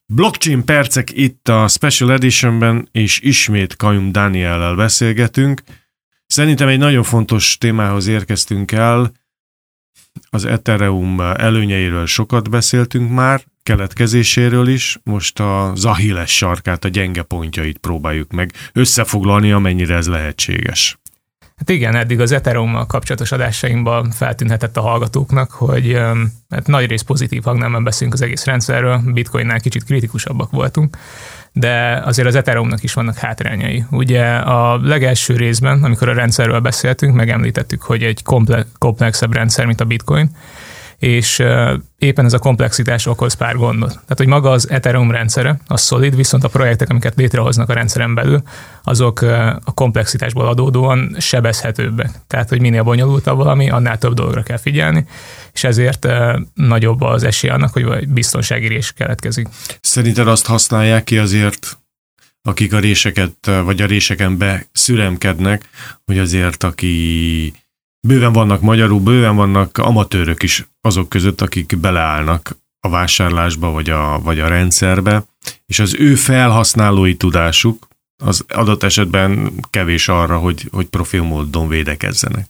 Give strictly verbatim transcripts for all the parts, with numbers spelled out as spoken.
Blockchain percek itt a Special Editionben, és ismét Kajum Dániellel beszélgetünk. Szerintem egy nagyon fontos témához érkeztünk el. Az Ethereum előnyeiről sokat beszéltünk már, keletkezéséről is. Most a Achilles sarkát, a gyenge pontjait próbáljuk meg összefoglalni, amennyire ez lehetséges. Hát igen, eddig az Ethereum-mal kapcsolatos adásainkban feltűnhetett a hallgatóknak, hogy hát nagy rész pozitív hangnemben beszélünk az egész rendszerről, Bitcoinnál kicsit kritikusabbak voltunk, de azért az Ethereumnak is vannak hátrányai. Ugye a legelső részben, amikor a rendszerről beszéltünk, megemlítettük, hogy egy komple- komplexebb rendszer, mint a Bitcoin, és éppen ez a komplexitás okoz pár gondot. Tehát, hogy maga az Ethereum rendszere, az szolid, viszont a projektek, amiket létrehoznak a rendszeren belül, azok a komplexitásból adódóan sebezhetőbbek. Tehát, hogy minél bonyolultabb valami, annál több dologra kell figyelni, és ezért nagyobb az esély annak, hogy biztonsági rés keletkezik. Szerinted azt használják ki azért, akik a réseket, vagy a réseken beszüremkednek, hogy azért, aki bőven vannak magyarul, bőven vannak amatőrök is azok között, akik beleállnak a vásárlásba, vagy a, vagy a rendszerbe, és az ő felhasználói tudásuk az adott esetben kevés arra, hogy, hogy profil módon védekezzenek.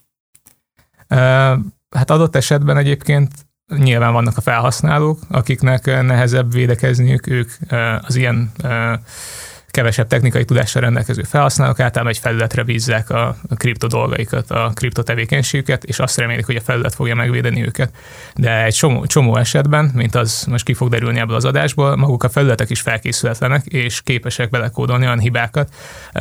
Hát adott esetben egyébként nyilván vannak a felhasználók, akiknek nehezebb védekezniük, ők az ilyen kevesebb technikai tudással rendelkező felhasználók általában egy felületre bízzák a, a kripto dolgaikat, a kripto tevékenységüket, és azt remélik, hogy a felület fogja megvédeni őket. De egy csomó, csomó esetben, mint az most ki fog derülni ebből az adásból, maguk a felületek is felkészületlenek, és képesek belekódolni olyan hibákat,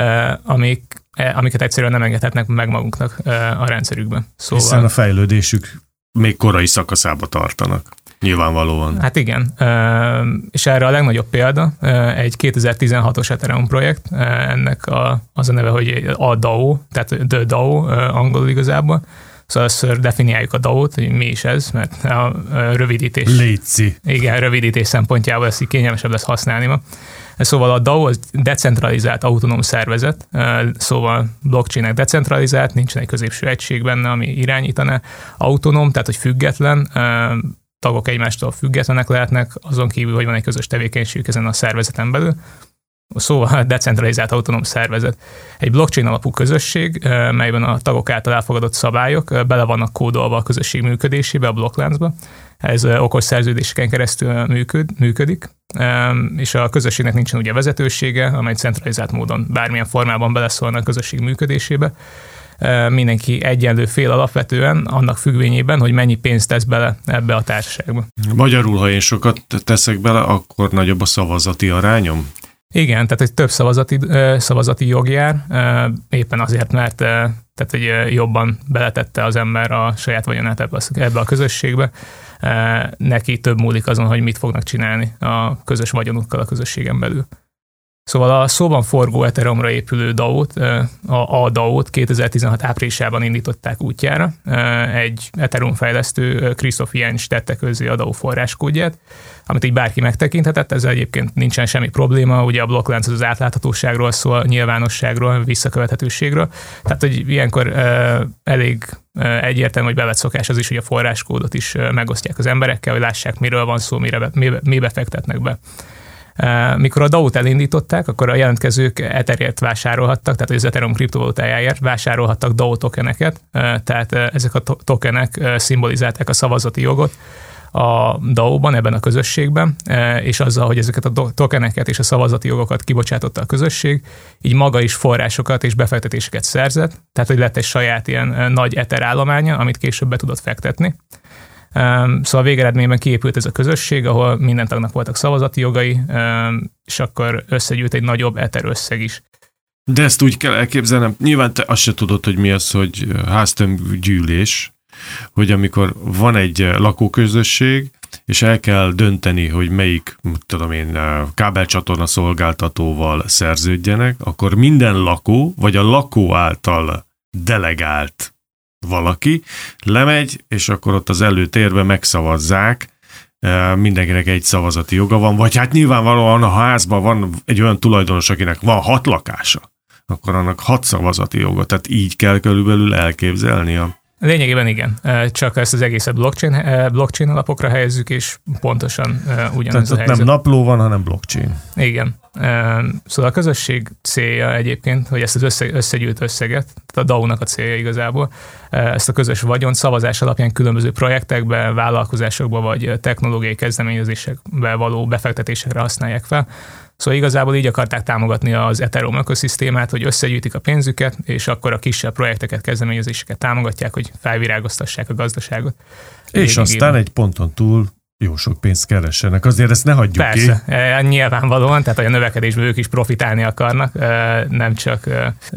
amik, amiket egyszerűen nem engedhetnek meg maguknak a rendszerükben. Szóval, hiszen a fejlődésük még korai szakaszába tartanak. Nyilvánvalóan. Hát igen, és erre a legnagyobb példa egy kétezer-tizenhatos Ethereum projekt, ennek a, az a neve, hogy a dé á o, tehát The dé á o angolul igazából. Szóval először definiáljuk a dé á o-t, hogy mi is ez, mert a rövidítés... Léci. Igen, rövidítés szempontjából ezt így kényelmesebb lesz használni ma. Szóval a dé á o az decentralizált autonóm szervezet, szóval blockchain-nek decentralizált, nincsen egy középső egység benne, ami irányítaná. Autonóm, tehát hogy független, tagok egymástól függetlenek lehetnek, azon kívül, hogy van egy közös tevékenység ezen a szervezeten belül. Szóval decentralizált autonóm szervezet. Egy blockchain alapú közösség, melyben a tagok által elfogadott szabályok bele vannak kódolva a közösség működésébe, a blokkláncba. Ez okos szerződéseken keresztül működ, működik, és a közösségnek nincsen ugye vezetősége, amely centralizált módon bármilyen formában beleszólna a közösség működésébe. Mindenki egyenlő fél alapvetően annak függvényében, hogy mennyi pénzt tesz bele ebbe a társaságba. Magyarul, ha én sokat teszek bele, akkor nagyobb a szavazati arányom? Igen, tehát egy több szavazati, szavazati jog jár, éppen azért, mert tehát, hogy jobban beletette az ember a saját vagyonát ebbe a, ebbe a közösségbe. Neki több múlik azon, hogy mit fognak csinálni a közös vagyonukkal a közösségen belül. Szóval a szóban forgó Ethereumra épülő dé á o-t, a dé á o-t kétezer-tizenhat áprilisában indították útjára. Egy Ethereum fejlesztő, Christoph Jens tette közzé a dé á o forráskódját, amit így bárki megtekinthetett, ezzel egyébként nincsen semmi probléma, ugye a blokklánc az átláthatóságról szól, nyilvánosságról, visszakövethetőségről. Tehát, hogy ilyenkor elég egyértelmű, hogy bevett szokás az is, hogy a forráskódot is megosztják az emberekkel, hogy lássák, miről van szó, mire, mibe fektetnek be. Mikor a dé á o-t elindították, akkor a jelentkezők Etherért vásárolhattak, tehát az Ethereum kriptovalutájáért vásárolhattak dé á o tokeneket, tehát ezek a tokenek szimbolizálták a szavazati jogot a dé á o-ban, ebben a közösségben, és azzal, hogy ezeket a tokeneket és a szavazati jogokat kibocsátotta a közösség, így maga is forrásokat és befektetéseket szerzett, tehát hogy lett egy saját ilyen nagy Ether állománya, amit később be tudott fektetni. Um, szóval végeredményben kiépült ez a közösség, ahol minden tagnak voltak szavazati jogai, um, és akkor összegyűlt egy nagyobb Ether összeg is. De ezt úgy kell elképzelnem, nyilván te azt se tudod, hogy mi az, hogy háztömgyűlés, hogy amikor van egy lakóközösség, és el kell dönteni, hogy melyik, tudom én, kábelcsatorna szolgáltatóval szerződjenek, akkor minden lakó, vagy a lakó által delegált valaki lemegy, és akkor ott az előtérben megszavazzák, mindenkinek egy szavazati joga van, vagy hát nyilvánvalóan a házban van egy olyan tulajdonos, akinek van hat lakása, akkor annak hat szavazati joga, tehát így kell körülbelül elképzelni a Lényegében igen, csak ezt az egészet blockchain, blockchain alapokra helyezzük, és pontosan ugyanez Tehát a helyzet. nem napló van, hanem blockchain. Igen. Szóval a közösség célja egyébként, hogy ezt az össze, összegyűjt összeget, tehát a dé á ó-nak a célja igazából, ezt a közös vagyont szavazás alapján különböző projektekbe, vállalkozásokba vagy technológiai kezdeményezésekbe való befektetésekre használják fel. Szóval igazából így akarták támogatni az Ethereum ökoszisztémát, hogy összegyűjtik a pénzüket, és akkor a kisebb projekteket, kezdeményezéseket támogatják, hogy felvirágoztassák a gazdaságot. És aztán egy ponton túl jó sok pénzt keressenek, azért ezt ne hagyjuk Persze, ki. Persze, nyilvánvalóan, tehát hogy a növekedésből ők is profitálni akarnak, nem csak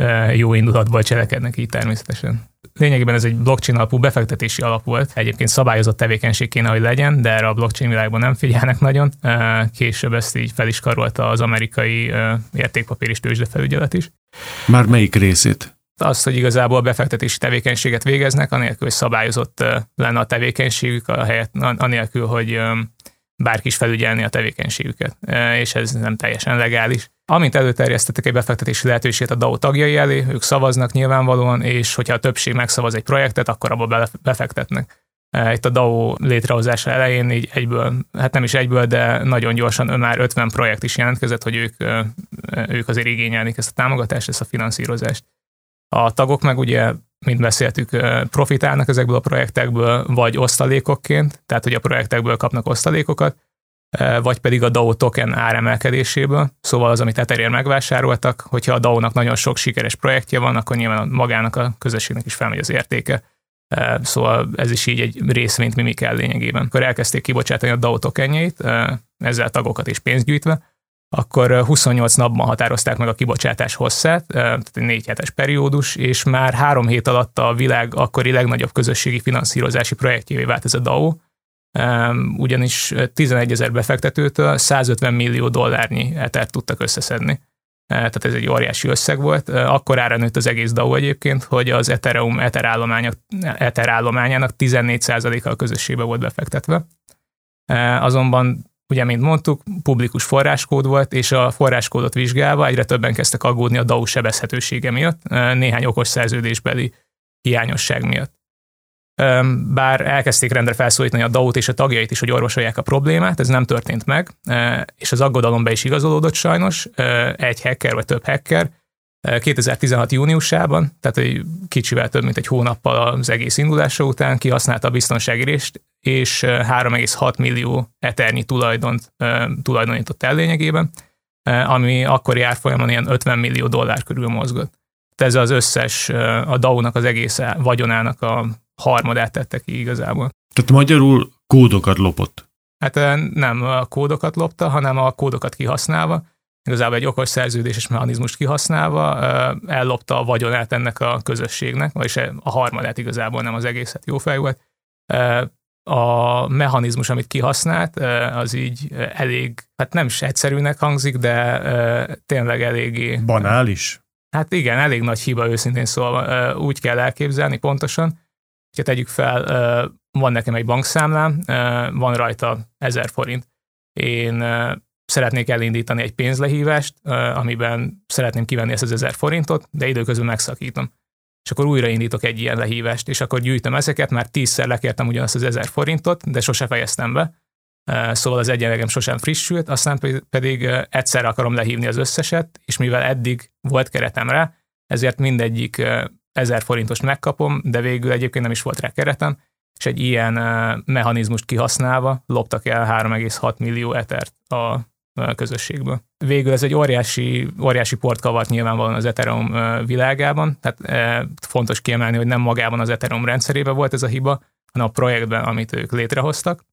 jó indulatból cselekednek így természetesen. Lényegében ez egy blockchain alapú befektetési alap volt. Egyébként szabályozott tevékenység kéne, hogy legyen, de erre a blockchain világban nem figyelnek nagyon. Később ezt így fel is karolta az amerikai értékpapír és tőzsdefelügyelet is. Már melyik részét? Az, hogy igazából befektetési tevékenységet végeznek, anélkül, hogy szabályozott lenne a tevékenységük, a helyet, anélkül, hogy bárki is felügyelni a tevékenységüket, és ez nem teljesen legális. Amint előterjesztettek egy befektetési lehetőséget a dé á ó tagjai elé, ők szavaznak nyilvánvalóan, és hogyha a többség megszavaz egy projektet, akkor abba befektetnek. Itt a dé á ó létrehozása elején így egyből, hát nem is egyből, de nagyon gyorsan már ötven projekt is jelentkezett, hogy ők, ők azért igényelnik ezt a támogatást, ezt a finanszírozást. A tagok meg ugye, mint beszéltük, profitálnak ezekből a projektekből, vagy osztalékokként, tehát hogy a projektekből kapnak osztalékokat, vagy pedig a dé á ó token áremelkedéséből, szóval az, amit Etherért megvásároltak, hogyha a dé á ó-nak nagyon sok sikeres projektje van, akkor nyilván magának a közösségnek is felmegy az értéke. Szóval ez is így egy részvényt mimikál lényegében. Akkor elkezdték kibocsátani a dé á ó tokenjeit, ezzel tagokat és pénzt gyűjtve, akkor huszonnyolc napban határozták meg a kibocsátás hosszát, tehát egy négy hetes periódus, és már három hét alatt a világ akkori legnagyobb közösségi finanszírozási projektjévé vált ez a dé á ó, ugyanis tizenegyezer befektetőtől százötven millió dollárnyi etert tudtak összeszedni. Tehát ez egy óriási összeg volt. Akkor ára nőtt az egész dé á ó egyébként, hogy az Ethereum Ether, állományok, Ether állományának tizennégy százaléka a közösségbe volt befektetve. Azonban ugye, mint mondtuk, publikus forráskód volt, és a forráskódot vizsgálva egyre többen kezdtek aggódni a dé á ó sebezhetősége miatt, néhány okos szerződésbeli hiányosság miatt. Bár elkezdték rendre felszólítani a dé á ó-t és a tagjait is, hogy orvosolják a problémát, ez nem történt meg, és az aggodalom be is igazolódott sajnos. Egy hacker vagy több hacker kétezer-tizenhat júniusában, tehát egy kicsivel több mint egy hónappal az egész indulása után kihasználta a biztonsági részt, és három egész hat millió eternyi tulajdont tulajdonított el lényegében, ami akkori árfolyamon ilyen ötven millió dollár körül mozgott. Ez az összes, a dé á ó-nak az egész vagyonának a harmadát tette ki igazából. Tehát magyarul kódokat lopott? Hát nem a kódokat lopta, hanem a kódokat kihasználva, igazából egy okos szerződéses mechanizmust kihasználva ellopta a vagyonát ennek a közösségnek, vagyis a harmadát igazából, nem az egészet, jó fej volt. A mechanizmus, amit kihasznált, az így elég, hát nem is egyszerűnek hangzik, de tényleg eléggé... Banális? Hát igen, elég nagy hiba őszintén szólva. Úgy kell elképzelni pontosan, hogyha tegyük fel, van nekem egy bankszámlám, van rajta ezer forint. Én szeretnék elindítani egy pénzlehívást, amiben szeretném kivenni ezt az ezer forintot, de időközben megszakítom. És akkor újraindítok egy ilyen lehívást, és akkor gyűjtöm ezeket, már tízszer lekértem ugyanazt az ezer forintot, de sose fejeztem be. Szóval az egyenlegem sosem frissült, aztán pedig egyszerre akarom lehívni az összeset, és mivel eddig volt keretem rá, ezért mindegyik ezer forintost megkapom, de végül egyébként nem is volt rá keretem, és egy ilyen mechanizmust kihasználva loptak el három egész hat millió etert a közösségből. Végül ez egy óriási, óriási port kavart nyilvánvalóan az Ethereum világában, tehát fontos kiemelni, hogy nem magában az Ethereum rendszerében volt ez a hiba, hanem a projektben, amit ők létrehoztak.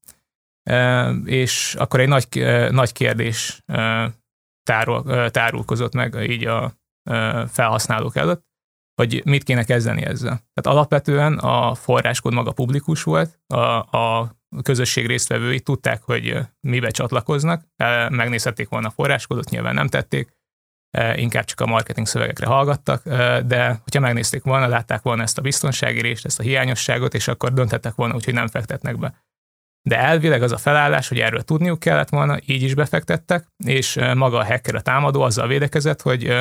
És akkor egy nagy, nagy kérdés tárul, tárulkozott meg így a felhasználók előtt, hogy mit kéne kezdeni ezzel. Tehát alapvetően a forráskód maga publikus volt, a, a közösség résztvevői tudták, hogy mibe csatlakoznak, megnézhették volna a forráskódot, nyilván nem tették, inkább csak a marketing szövegekre hallgattak, de hogyha megnézték volna, látták volna ezt a biztonsági részt, ezt a hiányosságot, és akkor dönthettek volna, úgyhogy nem fektetnek be. De elvileg az a felállás, hogy erről tudniuk kellett volna, így is befektettek, és maga a hacker, a támadó azzal védekezett, hogy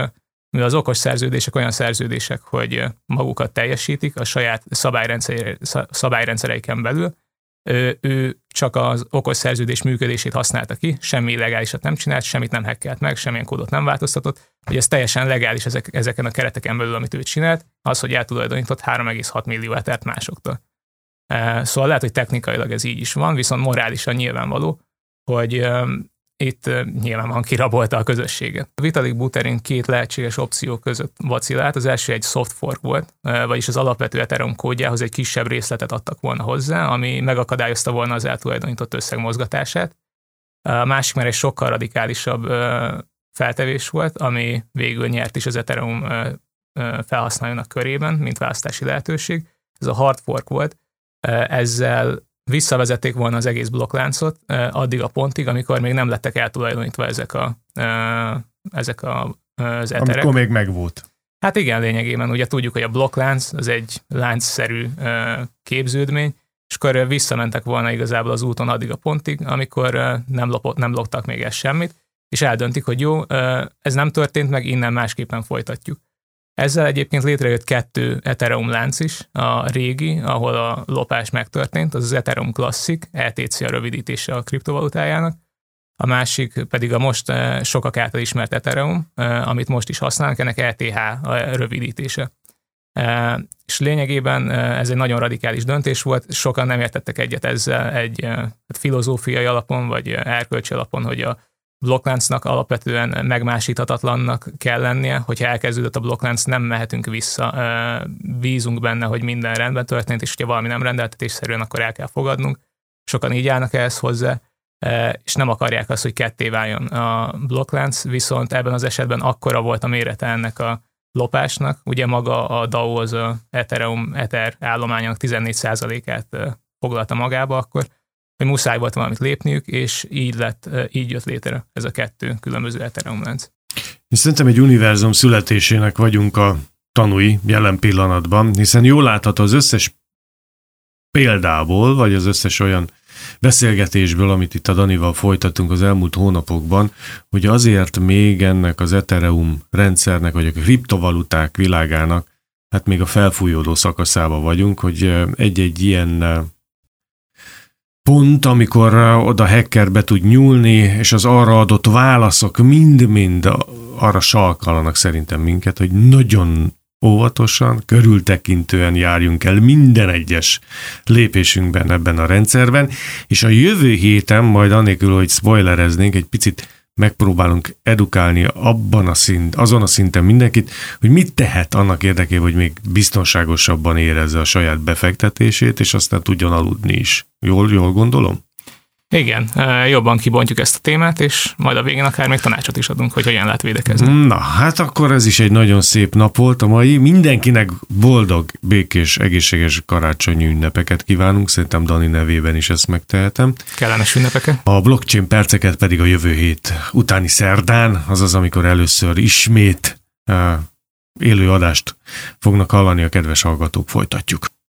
mivel az okos szerződések olyan szerződések, hogy magukat teljesítik a saját szabályrendszer, szabályrendszereiken belül, ő csak az okos szerződés működését használta ki, semmi illegálisat nem csinált, semmit nem hackelt meg, semmilyen kódot nem változtatott, hogy ez teljesen legális ezek, ezeken a kereteken belül, amit ő csinált, az, hogy eltulajdonított három egész hat millió ethert másoktól. Szóval lehet, hogy technikailag ez így is van, viszont morálisan nyilvánvaló, hogy itt nyilván van kirabolta a közösséget. Vitalik Buterin két lehetséges opció között vacilált. Az első egy soft fork volt, vagyis az alapvető Ethereum kódjához egy kisebb részletet adtak volna hozzá, ami megakadályozta volna az eltulajdonított összeg mozgatását. A másik már egy sokkal radikálisabb feltevés volt, ami végül nyert is az Ethereum felhasználónak körében, mint választási lehetőség. Ez a hard fork volt. Ezzel visszavezették volna az egész blokkláncot addig a pontig, amikor még nem lettek eltulajdonítva ezek, a, ezek a, az etherek. Amikor még megvolt. Hát igen, lényegében ugye tudjuk, hogy a blokklánc az egy láncszerű képződmény, és akkor visszamentek volna igazából az úton addig a pontig, amikor nem, lopott, nem loptak még el semmit, és eldöntik, hogy jó, ez nem történt meg, innen másképpen folytatjuk. Ezzel egyébként létrejött kettő Ethereum lánc is, a régi, ahol a lopás megtörtént, az az Ethereum Classic, E T C a rövidítése a kriptovalutájának, a másik pedig a most sokak által ismert Ethereum, amit most is használnak, ennek E T H a rövidítése. És lényegében ez egy nagyon radikális döntés volt, sokan nem értettek egyet ezzel egy hát filozófiai alapon, vagy erkölcsi alapon, hogy a blokkláncnak alapvetően megmásíthatatlannak kell lennie, hogyha elkezdődött a blokklánc, nem mehetünk vissza, bízunk benne, hogy minden rendben történt, és hogyha valami nem rendeltetésszerűen, akkor el kell fogadnunk. Sokan így állnak ehhez hozzá, és nem akarják azt, hogy ketté váljon a blokklánc, viszont ebben az esetben akkora volt a mérete ennek a lopásnak, ugye maga a dé á o az a Ethereum Ether állományának tizennégy százalékát foglalta magába akkor, hogy muszáj volt valamit lépniük, és így lett, így jött létre ez a kettő különböző Ethereum lánc. És szerintem egy univerzum születésének vagyunk a tanúi jelen pillanatban, hiszen jól látható az összes példából, vagy az összes olyan beszélgetésből, amit itt a Danival folytattunk az elmúlt hónapokban, hogy azért még ennek az Ethereum rendszernek, vagy a kriptovaluták világának, hát még a felfújódó szakaszában vagyunk, hogy egy-egy ilyen pont, amikor oda hacker be tud nyúlni, és az arra adott válaszok mind-mind arra sarkalanak szerintem minket, hogy nagyon óvatosan, körültekintően járjunk el minden egyes lépésünkben ebben a rendszerben, és a jövő héten majd anélkül, hogy spoilereznénk, egy picit megpróbálunk edukálni abban a szint, azon a szinten mindenkit, hogy mit tehet annak érdekében, hogy még biztonságosabban érezze a saját befektetését, és aztán tudjon aludni is. Jól, jól gondolom? Igen, jobban kibontjuk ezt a témát, és majd a végén akár még tanácsot is adunk, hogy hogyan lehet védekezni. Na, hát akkor ez is egy nagyon szép nap volt a mai. Mindenkinek boldog, békés, egészséges karácsonyi ünnepeket kívánunk. Szerintem Dani nevében is ezt megtehetem. Kellemes ünnepeket. A blockchain perceket pedig a jövő hét utáni szerdán, azaz amikor először ismét uh, élő adást fognak hallani a kedves hallgatók. Folytatjuk.